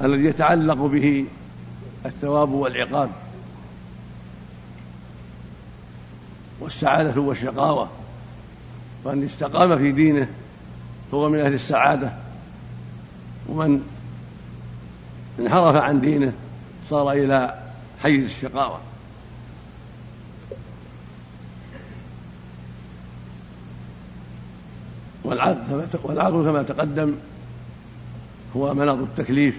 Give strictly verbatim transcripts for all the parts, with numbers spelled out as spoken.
الذي يتعلق به الثواب والعقاب والسعادة والشقاوة، وأن استقام في دينه هو من أهل السعادة، ومن انحرف عن دينه صار إلى حيز الشقاوة. والعقل كما تقدم هو مناط التكليف،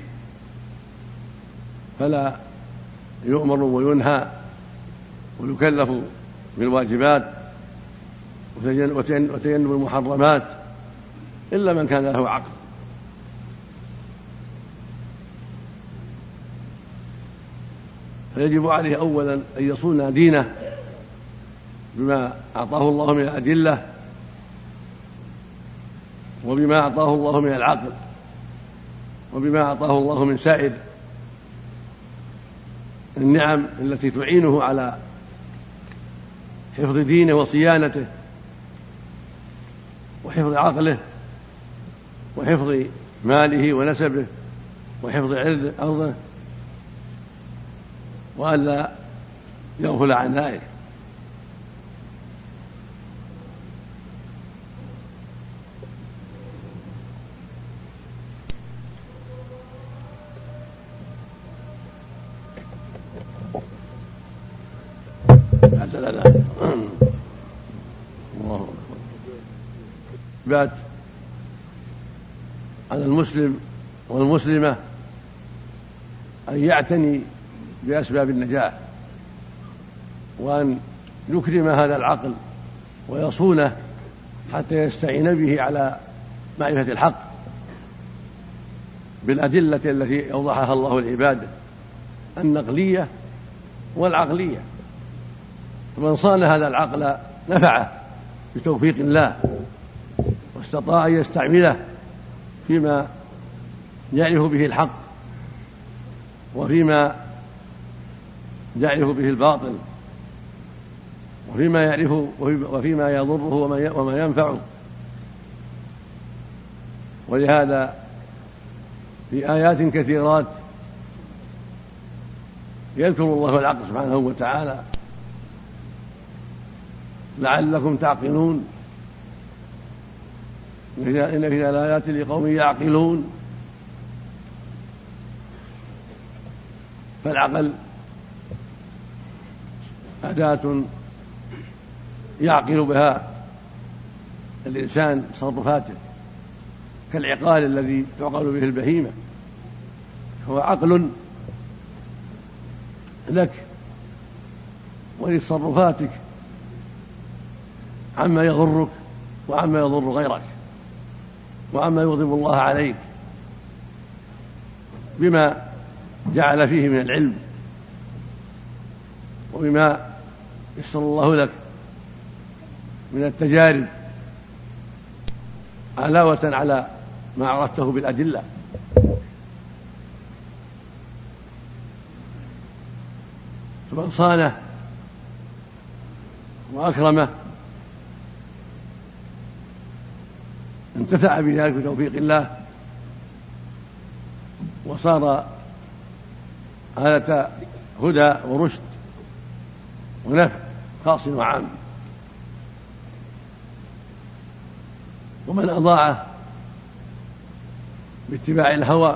فلا يؤمر وينهى ويكلف بالواجبات وتجنب المحرمات إلا من كان له عقل. فيجب عليه أولا أن يصون دينه بما أعطاه الله من الأدلة وبما أعطاه الله من العقل وبما أعطاه الله من سائر النعم التي تعينه على حفظ دينه وصيانته وحفظ عقله وحفظ ماله ونسبه وحفظ عرضه، وألا يغفل عن ذلك. الله بات على المسلم والمسلمة أن يعتني بأسباب النجاة، وأن يكرم هذا العقل ويصونه حتى يستعين به على معرفة الحق بالأدلة التي أوضحها الله لعباده النقلية والعقلية. ومن صان هذا العقل نفعه بتوفيق الله واستطاع أن يستعمله فيما يعرف به الحق وفيما يعرف به الباطل وفيما يعرف وفيما يضره وما ينفعه. ولهذا في آيات كثيرات يذكر الله العقل سبحانه وتعالى لعلكم تعقلون، إن في الآيات لقوم يعقلون. فالعقل أداة يعقل بها الإنسان تصرفاته كالعقال الذي تعقل به البهيمة، هو عقل لك ولتصرفاتك عما يضرك وعما يضر غيرك وعما يغضب الله عليك بما جعل فيه من العلم وبما يسر الله لك من التجارب علاوة على ما عرفته بالأدلة. فمن صانه وأكرمه انتفع بذلك بتوفيق الله وصار آلة هدى ورشد ونفع خاص وعام. ومن أضاعه باتباع الهوى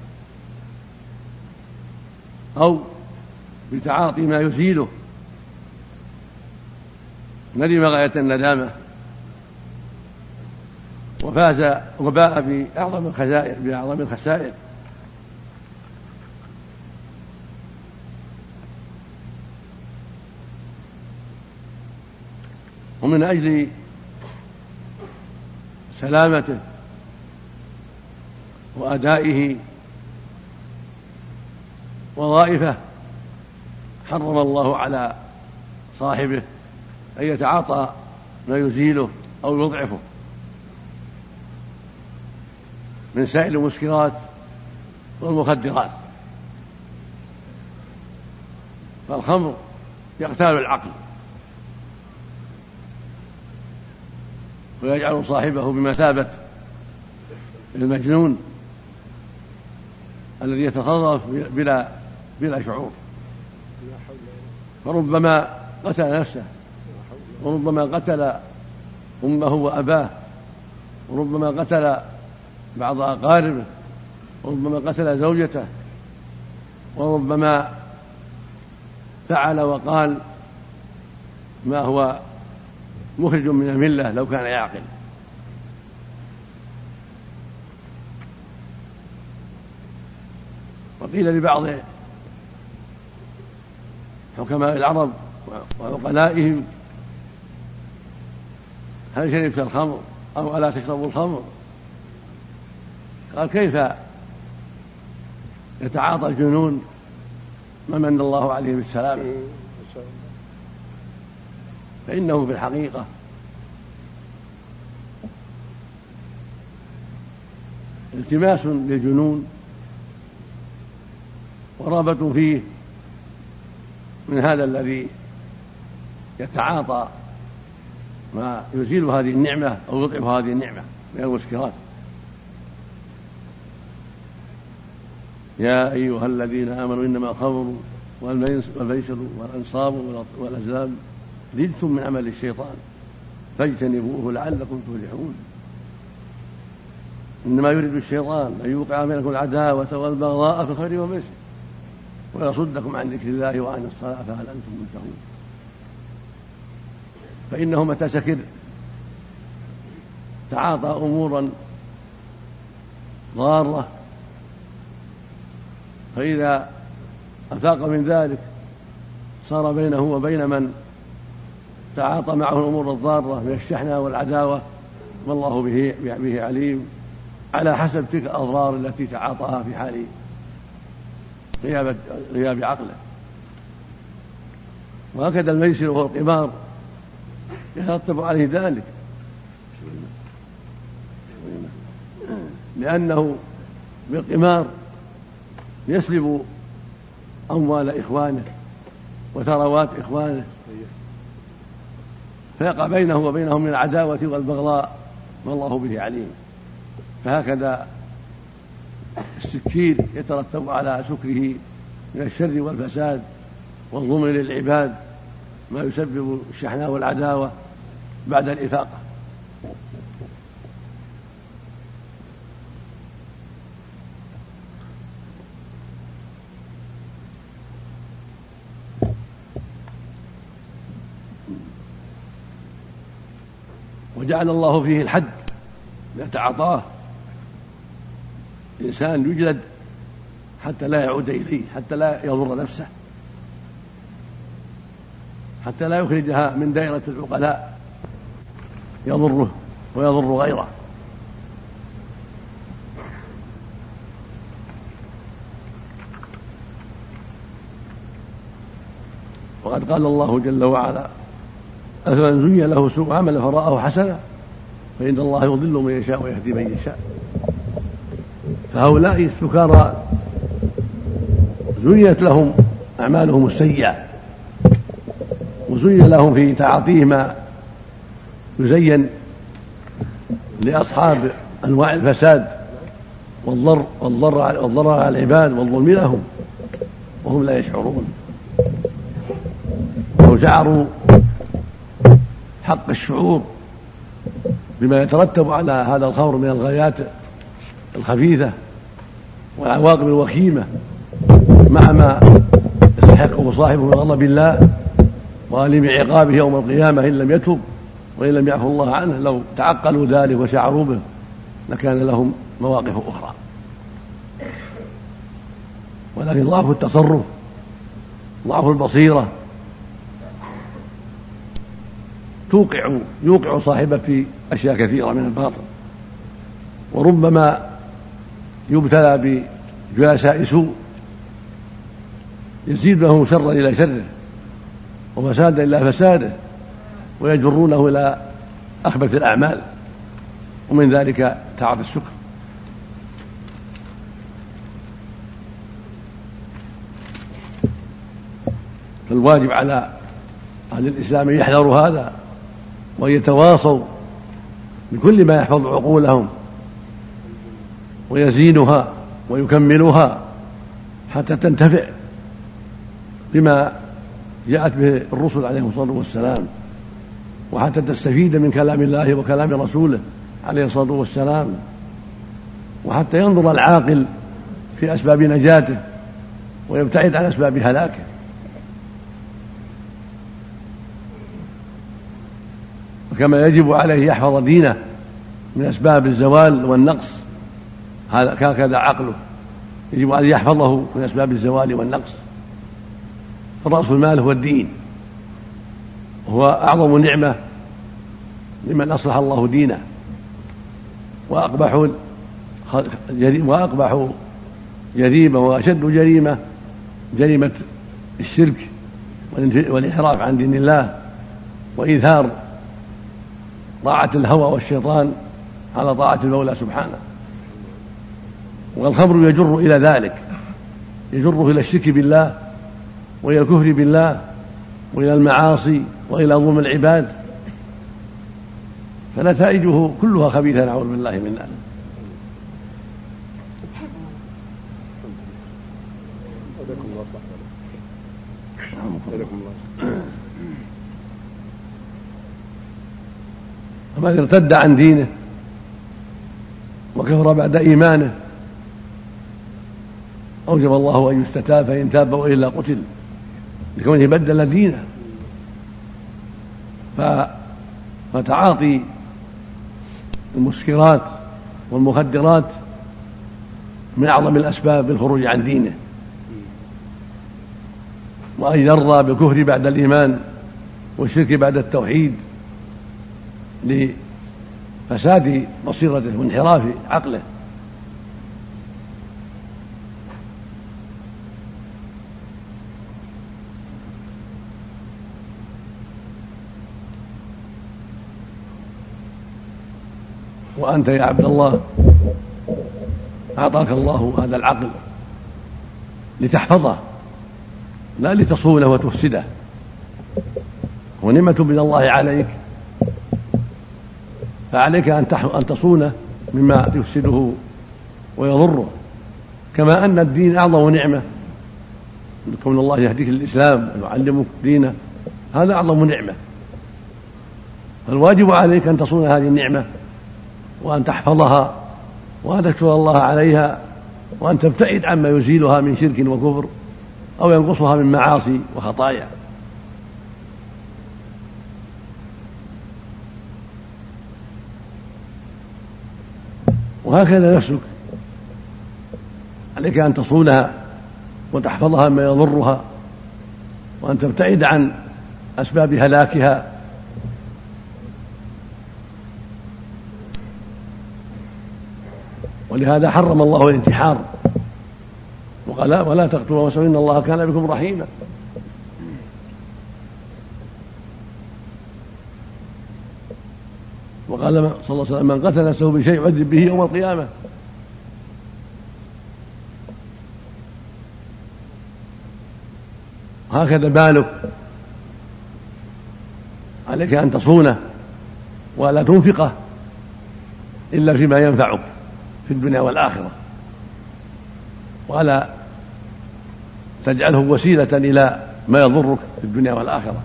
أو بتعاطي ما يزيله ندم غاية الندامة وفاز وباء بأعظم الخسائر بأعظم الخسائر. ومن أجل سلامته وأدائه وظائفه حرم الله على صاحبه أن يتعاطى ما يزيله أو يضعفه من سائر المسكرات والمخدرات. فالخمر يقتال العقل ويجعل صاحبه بمثابة المجنون الذي يتصرف بلا بلا شعور، فربما قتل نفسه، وربما قتل أمه وأباه، وربما قتل بعض أقاربه، وربما قتل زوجته، وربما فعل وقال ما هو مخرج من الملة لو كان يعقل. وقيل لبعض حكماء العرب وعقلائهم: هل شربت الخمر أو ألا تشربوا الخمر؟ قال: كيف يتعاطى الجنون ما من الله عليه بالسلام؟ فإنه في الحقيقة التماس للجنون ورغبة فيه من هذا الذي يتعاطى ما يزيل هذه النعمة أو يضعف هذه النعمة من المسكرات. يا أيها الذين آمنوا إنما الخمر والميسر والأنصاب والأزلام رجس من عمل الشيطان فاجتنبوه لعلكم تفلحون. إنما يريد الشيطان أن يوقع بينكم العداوة والبغضاء في الخمر والميسر ويصدكم عن ذكر الله وعن الصلاة فهل أنتم منتهون. فإنه متى سكر تعاطى أمورا ضارة، فإذا أفاق من ذلك صار بينه وبين من تعاطى معه الأمور الضارة من الشحنة والعداوة، والله به, به عليم، على حسب تلك الأضرار التي تعاطاها في حال غياب, غياب عقله. وهكذا الميسر وهو القمار يترتب عليه ذلك، لأنه بالقمار يسلب أموال إخوانه وثروات إخوانه، فيقع بينه وبينهم من العداوة والبغضاء، والله به عليم. فهكذا السكير يترتب على سكره من الشر والفساد والظلم للعباد ما يسبب الشحناء والعداوة بعد الإفاقة. وجعل الله فيه الحد إذا تعاطاه الإنسان يجلد حتى لا يعود إليه، حتى لا يضر نفسه، حتى لا يخرجها من دائرة العقلاء يضره ويضر غيره. وقد قال الله جل وعلا: أفمن زين له سوء عمله فرآه حسنا فإن الله يضل من يشاء ويهدي من يشاء. فهؤلاء السكارى زينت لهم أعمالهم السيئة، وزين لهم في تعاطيه ما يزين لأصحاب أنواع الفساد والضر والضر والضرر على العباد والظلم لهم وهم لا يشعرون. لو شعروا حق الشعور بما يترتب على هذا الخمر من الغايات الخبيثة والعواقب الوخيمة مع ما يستحقه صاحبه من غضب الله وأليم عقابه يوم القيامة إن لم يتب وإن لم يعفو الله عنه، لو تعقلوا ذلك وشعروا به لكان لهم مواقف أخرى. ولكن ضعف التصرف، ضعف البصيرة توقع يوقع صاحبه في أشياء كثيرة من الباطل، وربما يبتلى بجلساء سوء يزيد له شرا إلى شره وفسادا إلى فساده ويجرونه إلى أخبث الأعمال، ومن ذلك تعاطي السكر. فالواجب على أهل الإسلام أن يحذروا هذا وأن يتواصوا بكل ما يحفظ عقولهم ويزينها ويكملها حتى تنتفع بما جاءت به الرسل عليهم الصلاة والسلام، وحتى تستفيد من كلام الله وكلام رسوله عليه الصلاة والسلام، وحتى ينظر العاقل في أسباب نجاته ويبتعد عن أسباب هلاكه. وكما يجب عليه يحفظ دينه من أسباب الزوال والنقص، هكذا عقله يجب عليه يحفظه من أسباب الزوال والنقص. فرأس المال هو الدين، وهو أعظم نعمة لمن أصلح الله دينه، وأقبح وأقبح جريمة وأشد جريمة جريمة الشرك والانحراف عن دين الله وإيثار طاعة الهوى والشيطان على طاعة المولى سبحانه. والخمر يجر إلى ذلك، يجره إلى الشرك بالله وإلى الكفر بالله وإلى المعاصي وإلى ظلم العباد، فنتائجه كلها خبيثة، نعوذ بالله من ذلك. فمن ارتد عن دينه وكفر بعد إيمانه أوجب الله أن يستتاب، فإن تاب وإلا قتل، لكونه بدل دينه. فتعاطي المسكرات والمخدرات من أعظم الأسباب للخروج عن دينه، وأن يرضى بالكفر بعد الإيمان والشرك بعد التوحيد لفساد بصيرته وانحراف عقله. وأنت يا عبد الله أعطاك الله هذا العقل لتحفظه لا لتصونه وتفسده، ونعمة من الله عليك، فعليك أن تصونه مما يفسده ويضره. كما أن الدين أعظم نعمة، كون الله يهديك للإسلام ويعلمك دينه، هذا أعظم نعمة، فالواجب عليك أن تصون هذه النعمة وأن تحفظها وأن تشكر الله عليها، وأن تبتعد عما يزيلها من شرك وكفر أو ينقصها من معاصي وخطايا. وهكذا نفسك عليك أن تصونها وتحفظها مما يضرها، وأن تبتعد عن أسباب هلاكها. ولهذا حرم الله الانتحار وقال ولا تقتلوا أنفسكم إن الله كان بكم رحيما. وقال صلى الله عليه وسلم من قتل نفسه بشيء يعذب به يوم القيامة. هكذا بالك عليك أن تصونه ولا تنفقه إلا فيما ينفعك في الدنيا والآخرة، ولا تجعله وسيلة إلى ما يضرك في الدنيا والآخرة.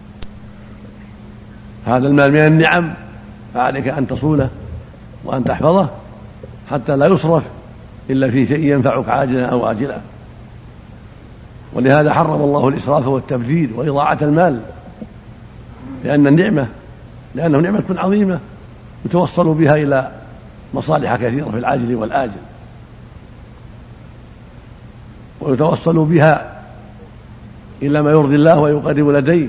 هذا المال من النعم، فعليك أن تصونه وأن تحفظه حتى لا يصرف إلا في شيء ينفعك عاجلا أو آجلا. ولهذا حرم الله الإسراف والتبذير وإضاعة المال، لأن النعمة لأنه نعمة عظيمة يتوصل بها إلى مصالح كثيرة في العاجل والآجل، ويتوصل بها إلى ما يرضي الله ويقرب لديه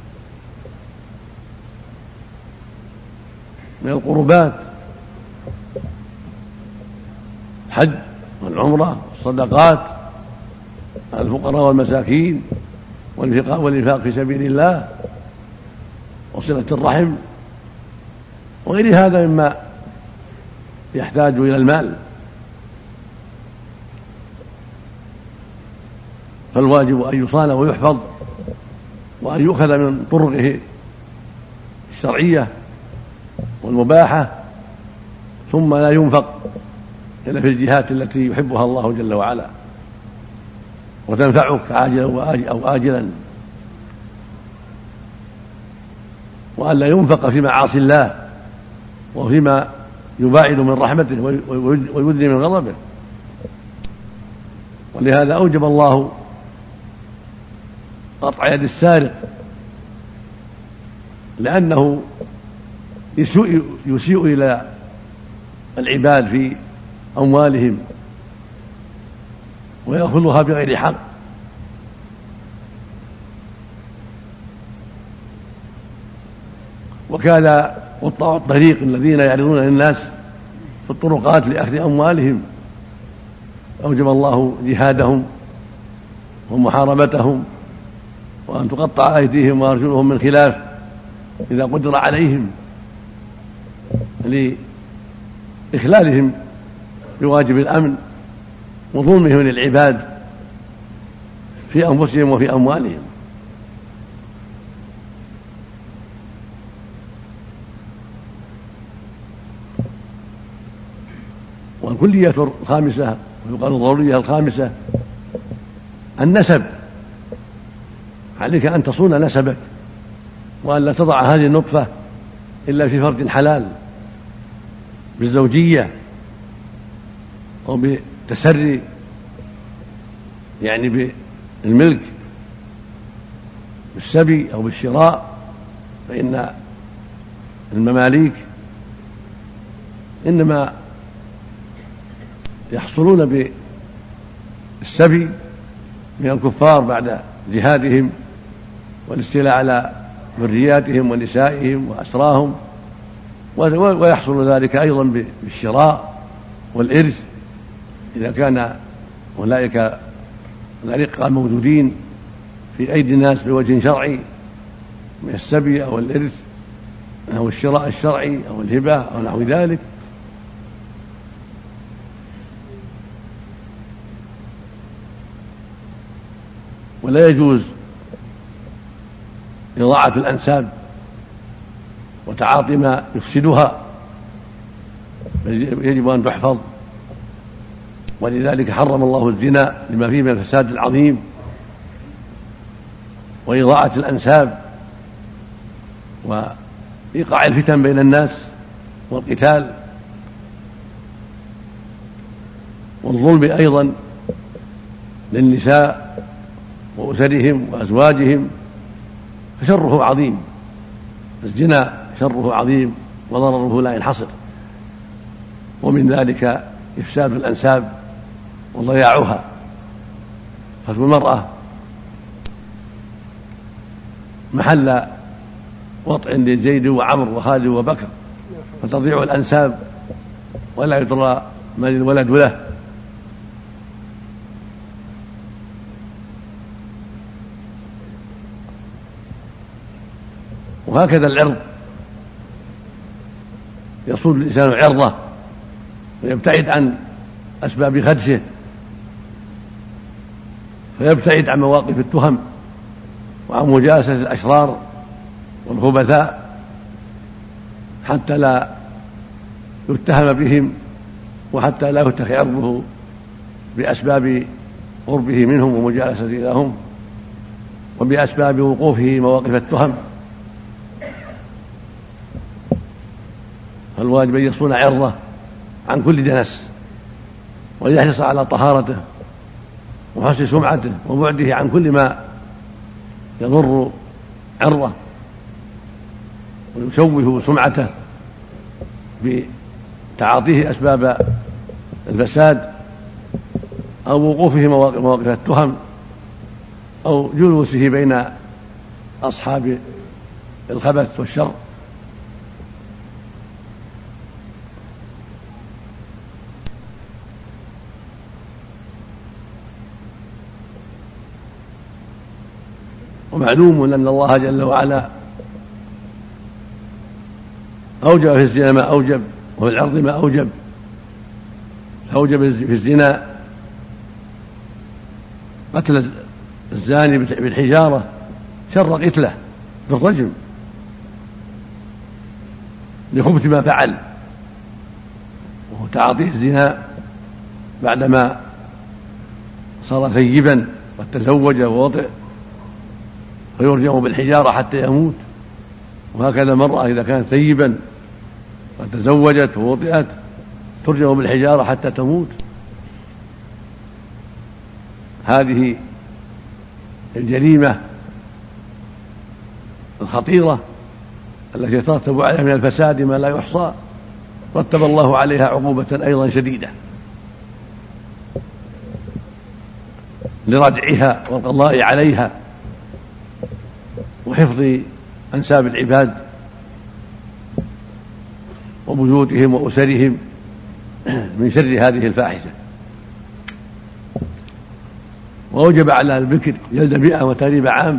من القربات، الحج والعمرة والصدقات، الفقراء والمساكين، والإنفاق في سبيل الله، وصلة الرحم، وغير هذا مما يحتاج إلى المال. فالواجب أن يصان ويحفظ وأن يؤخذ من طرقه الشرعية والمباحة، ثم لا ينفق إلا في الجهات التي يحبها الله جل وعلا. وتنفعك عاجلا أو آجلا، وألا ينفق في معاصي الله وفيما يباعد من رحمته ويدني من غضبه. ولهذا أوجب الله قطع يد السارق، لأنه يسيء, يسيء إلى العباد في أموالهم ويأخذها بغير حق. وكان قطاع الطريق الذين يعرضون للناس في الطرقات لأخذ أموالهم أوجب الله جهادهم ومحاربتهم، وأن تقطع أيديهم وأرجلهم من خلاف إذا قدر عليهم، لإخلالهم بواجب الأمن وظلمهم للعباد في أنفسهم وفي أموالهم. والكلية الخامسة ويقال الضرورية الخامسة النسب، عليك أن تصون نسبك وأن لا تضع هذه النطفة إلا في فرج حلال بالزوجية أو بالتسري، يعني بالملك بالسبي أو بالشراء، فإن المماليك إنما يحصلون بالسبي من الكفار بعد جهادهم والاستيلاء على ذرياتهم ونسائهم وأسراهم، ويحصل ذلك أيضا بالشراء والإرث إذا كان أولئك الأرقاء موجودين في أيدي الناس بوجه شرعي من السبي أو الإرث أو الشراء الشرعي أو الهبة أو نحو ذلك. ولا يجوز إضاعة الأنساب وتعاطي ما يفسدها، يجب أن تحفظ. ولذلك حرم الله الزنا لما فيه من الفساد العظيم وإضاعة الأنساب وإيقاع الفتن بين الناس والقتال والظلم أيضا للنساء وأسرهم وأزواجهم، فشره عظيم. الزنا شره عظيم وضرره لا ينحصر، ومن ذلك إفساد الأنساب وضياعها. فتكون المرأة محل وطع لزيد وعمر وخالد وبكر، فتضيع الأنساب ولا يدرى من الولد له. وهكذا العرض، يصون الإنسان عرضه ويبتعد عن أسباب خدشه، فيبتعد عن مواقف التهم وعن مجالسة الأشرار والخبثاء حتى لا يتهم بهم، وحتى لا يتخذ عرضه بأسباب قربه منهم ومجالسته لهم، وبأسباب وقوفه مواقف التهم. فالواجب أن يصون عرضه عن كل دنس، ويحرص على طهارته وحسن سمعته وبعده عن كل ما يضر عرضه ويشوه سمعته بتعاطيه أسباب الفساد أو وقوفه مواقف التهم أو جلوسه بين أصحاب الخبث والشر. ومعلوم أن الله جل وعلا أوجب في الزنا ما أوجب وفي العرض ما أوجب. أوجب في الزنا قتل الزاني بالحجارة شر قتله بالرجم لخبث ما فعل، وهو تعاطيه الزنا بعدما صار ثيبا قد تزوج ووطئ فيرجم بالحجارة حتى يموت، وهكذا المرأة إذا كانت ثيبا قد تزوجت ووطئت ترجم بالحجارة حتى تموت. هذه الجريمة الخطيرة التي يترتب عليها من الفساد ما لا يحصى رتب الله عليها عقوبة أيضا شديدة لردعها والقضاء عليها وحفظ أنساب العباد وبيوتهم وأسرهم من شر هذه الفاحشة. وأوجب على البكر جلد مئة وتغريب عام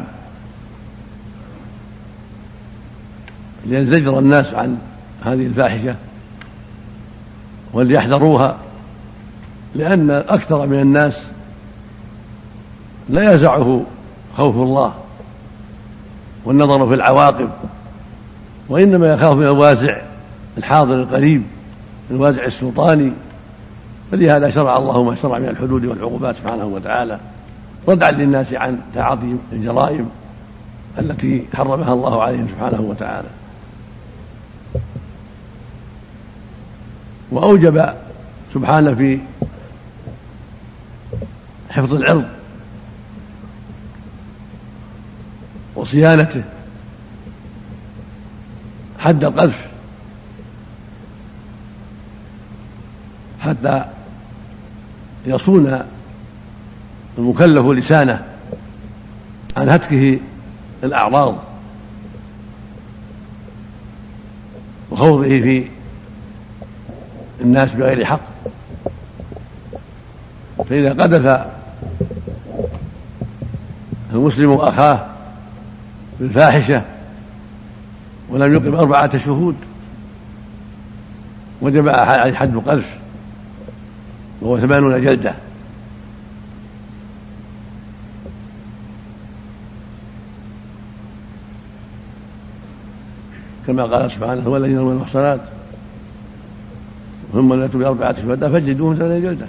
لينزجر الناس عن هذه الفاحشة وليحذروها، لأن أكثر من الناس لا يزعه خوف الله والنظر في العواقب، وإنما يخاف من الوازع الحاضر القريب، الوازع السلطاني. فلهذا شرع الله ما شرع من الحدود والعقوبات سبحانه وتعالى ردعا للناس عن تعاطي الجرائم التي حرمها الله عليهم سبحانه وتعالى. وأوجب سبحانه في حفظ العرض وصيانته حد القذف حتى يصون المكلف لسانه عن هتكه الأعراض وخوضه في الناس بغير حق. فإذا قذف المسلم أخاه بالفاحشة ولم يقم أربعة شهود وجب عليه حد القذف وهو ثمانون جلدة. كما قال سبحانه هو الذين يرمون المحصنات ثم لم يأتوا بأربعة شهداء فاجلدوهم ثمانين جلدة.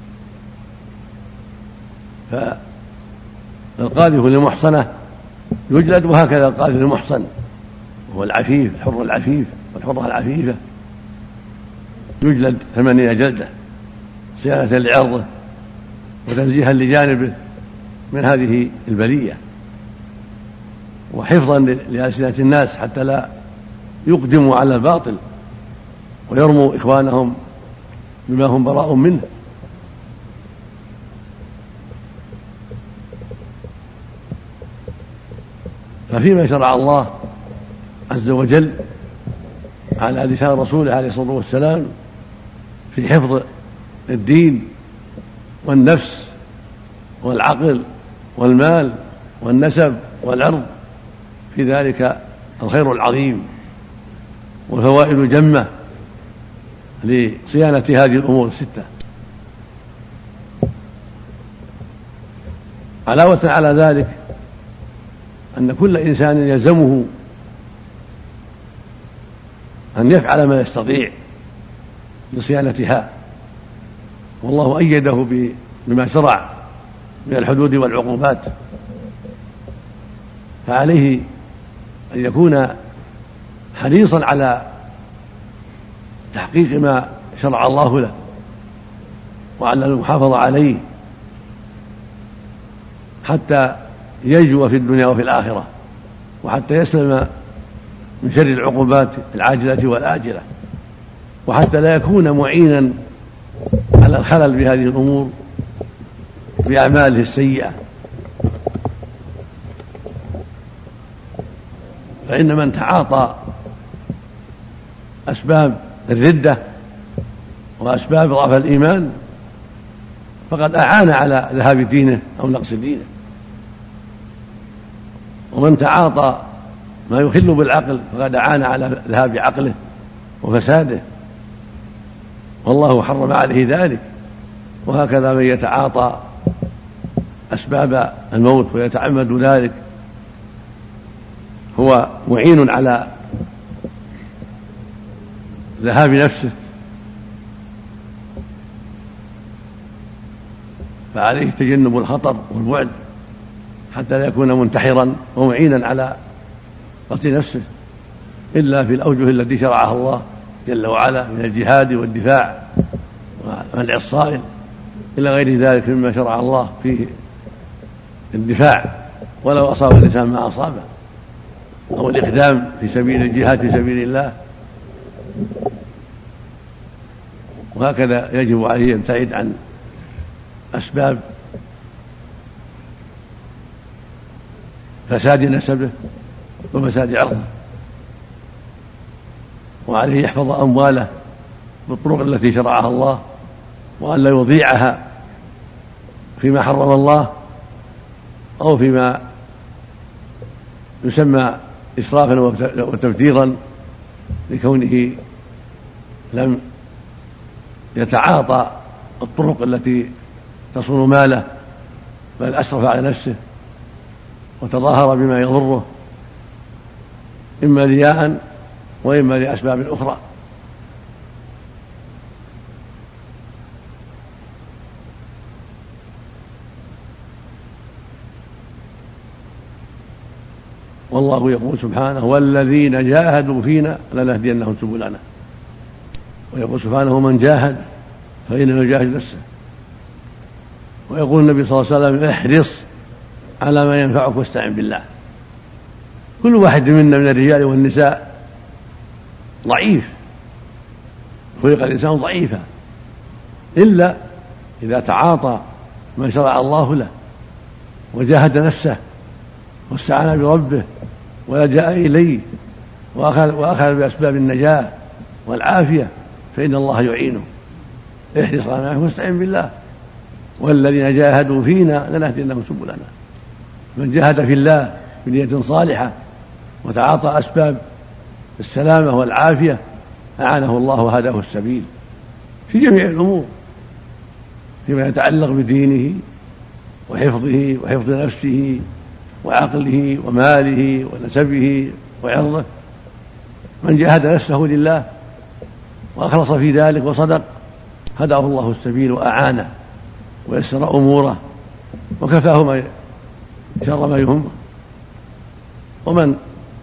فالقاذف للمحصنة يجلد، وهكذا القاذف للمحصن وهو العفيف الحر العفيف والحرة العفيفة يجلد ثمانين جلدة صيانة لعرضه وتنزيها لجانبه من هذه البلية وحفظا لألسنة الناس حتى لا يقدموا على الباطل ويرموا إخوانهم بما هم براء منه. ففيما شرع الله عز وجل على لسان رسوله عليه الصلاة والسلام في حفظ الدين والنفس والعقل والمال والنسب والعرض، في ذلك الخير العظيم والفوائد الجمة لصيانة هذه الأمور الستة. علاوة على ذلك أن كل إنسان يلزمه أن يفعل ما يستطيع لصيانتها، والله أيده بما شرع من الحدود والعقوبات، فعليه أن يكون حريصا على تحقيق ما شرع الله له وعلى المحافظة عليه حتى ينجو في الدنيا وفي الآخرة وحتى يسلم من شر العقوبات العاجلة والآجلة، وحتى لا يكون معينا على الخلل بهذه الأمور بأعماله السيئة. فإن من تعاطى أسباب الردة وأسباب ضعف الإيمان فقد أعان على ذهاب دينه أو نقص دينه، ومن تعاطى ما يخل بالعقل فقد أعان على ذهاب عقله وفساده، والله حرم عليه ذلك. وهكذا من يتعاطى أسباب الموت ويتعمد ذلك هو معين على ذهاب نفسه فعليه تجنب الخطر والبعد حتى لا يكون منتحرا ومعينا على قتل نفسه، إلا في الأوجه التي شرعها الله جل وعلا من الجهاد والدفاع ومنع الصائل، إلى غير ذلك مما شرع الله فيه الدفاع ولو أصاب الإنسان ما أصابه، أو الإقدام في سبيل الجهاد في سبيل الله. وهكذا يجب عليه يبتعد عن أسباب فساد نسبه وفساد عرضه، وعليه يحفظ أمواله بالطرق التي شرعها الله، وأن لا يضيعها فيما حرم الله أو فيما يسمى إسرافا وتبذيرا لكونه لم يتعاطى الطرق التي تصون ماله، بل أسرف على نفسه وتظاهر بما يضره إما رياء وإما لأسباب أخرى. والله يقول سبحانه: والذين جاهدوا فينا لنهدينهم سبلنا. ويقول سبحانه: من جاهد فإنه يجاهد نفسه. ويقول النبي صلى الله عليه وسلم: احرص على ما ينفعك واستعن بالله. كل واحد منا من الرجال والنساء ضعيف، خلق الإنسان ضعيفا، إلا إذا تعاطى ما شرع الله له وجاهد نفسه واستعان بربه ولجأ إليه وأخذ, وأخذ بأسباب النجاة والعافية، فإن الله يعينه. احرص على ما ينفعك واستعن بالله. والذين جاهدوا فينا لنهدينهم سبلنا. من جاهد في الله بنية صالحة وتعاطى أسباب السلامة والعافية أعانه الله وهداه السبيل في جميع الأمور، فيما يتعلق بدينه وحفظه وحفظ نفسه وعقله وماله ونسبه وعرضه. من جاهد نفسه لله وأخلص في ذلك وصدق هداه الله السبيل وأعانه ويسر أموره وكفاه ما شر ما يهمه. ومن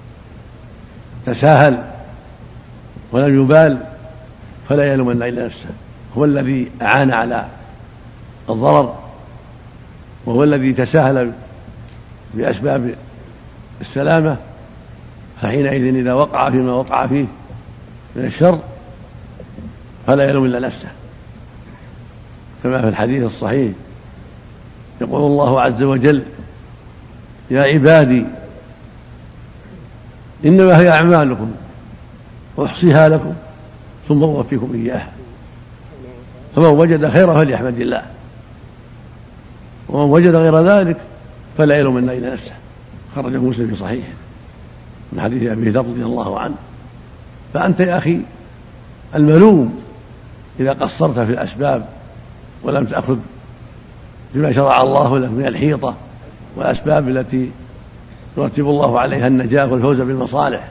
تساهل ولم يبال فلا يلومن إلا نفسه، هو الذي أعان على الضرر وهو الذي تساهل بأسباب السلامة، فحينئذ إذا وقع فيما وقع فيه من الشر فلا يلوم إلا نفسه، كما في الحديث الصحيح يقول الله عز وجل: يا عبادي إنما هي أعمالكم أحصيها لكم ثم أوفيكم إياها، فمن وجد خيرا فليحمد الله، ومن وجد غير ذلك فلا يلومن إلا نفسه. خرجه مسلم في صحيحه من حديث أبي ذر رضي الله عنه. فأنت يا أخي الملوم إذا قصرت في الأسباب ولم تأخذ بما شرع الله لك من الحيطة والأسباب التي يرتب الله عليها النجاة والفوز بالمصالح.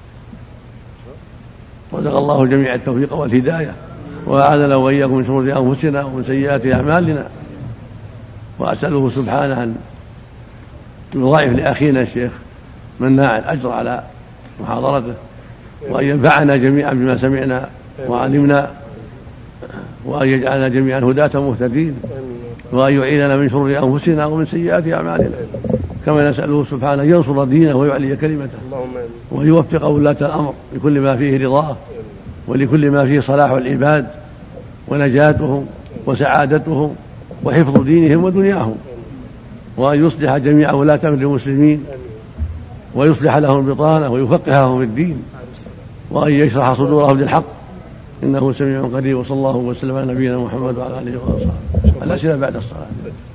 رزق الله جميع التوفيق والهداية، وأعاذنا وإياكم من شرور أنفسنا ومن سيئات أعمالنا. وأسأله سبحانه أن يضاعف لأخينا الشيخ مناع الأجر على محاضرته، وأن ينفعنا جميعا بما سمعنا وعلمنا، وأن يجعلنا جميعا هداة مهتدين، وأن يعيننا من شرور أنفسنا ومن سيئات أعمالنا. كما نسأله سبحانه ينصر دينه ويعلي كلمته، ويوفق ولاة الأمر لكل ما فيه رضاه ولكل ما فيه صلاح العباد ونجاتهم وسعادتهم وحفظ دينهم ودنياهم، وأن يصلح جميع ولاة أمر المسلمين ويصلح لهم البطانة ويفقههم في الدين، وأن يشرح صدورهم للحق، إنه سميع قريب. وصلى الله وسلم على نبينا محمد وعلى آله وصحبه. الأسئلة بعد الصلاة.